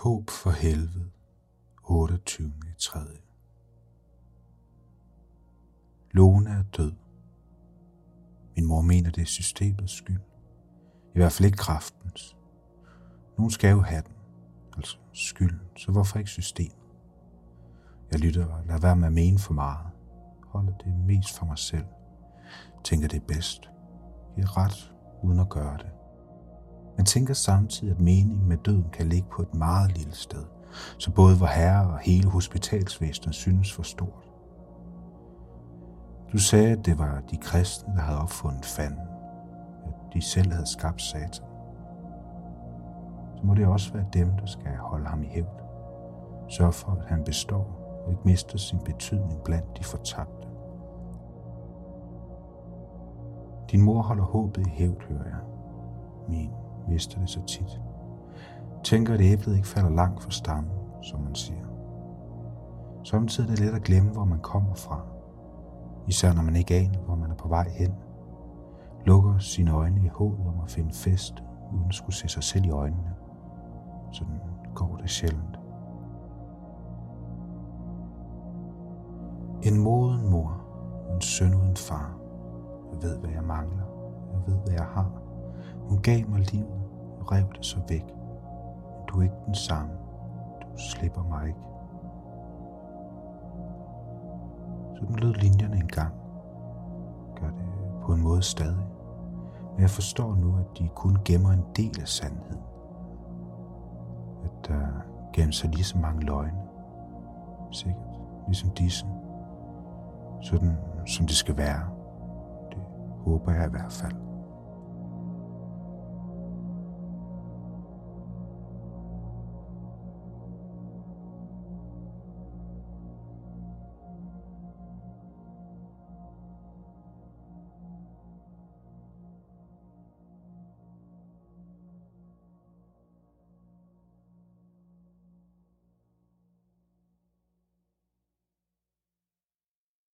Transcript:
Håb for helvede, 28.3. Lone er død. Min mor mener, det er systemets skyld. I hvert fald ikke kræftens. Nogen skal jo have den, altså skylden, så hvorfor ikke systemet? Jeg lytter og lader være med at mene for meget. Holder det mest for mig selv. Tænker det er bedst. Giver ret uden at gøre det. Men tænker samtidig, at meningen med døden kan ligge på et meget lille sted, så både vor herre og hele hospitalsvæsenet synes for stort. Du sagde, at det var de kristne, der havde opfundet fanden, at de selv havde skabt Satan. Så må det også være dem, der skal holde ham i hævd. Sørg for, at han består og ikke mister sin betydning blandt de fortabte. Din mor holder håbet i hævd, hører jeg. Min mister det så tit. Tænker, at æblet ikke falder langt fra stammen, som man siger. Samtidig er det let at glemme, hvor man kommer fra. Især når man ikke aner, hvor man er på vej hen. Lukker sine øjne i håbet om at finde fest, uden at skulle se sig selv i øjnene. Sådan går det sjældent. En moden mor, en søn uden far. Jeg ved, hvad jeg mangler. Jeg ved, hvad jeg har. Hun gav mig livet og rev det så væk. Men du er ikke den samme. Du slipper mig ikke. Sådan lød linjerne engang. Gør det på en måde stadig. Men jeg forstår nu, at de kun gemmer en del af sandheden. At der gemmer sig lige så mange løgne. Sikkert ligesom disse. Sådan som det skal være. Det håber jeg i hvert fald.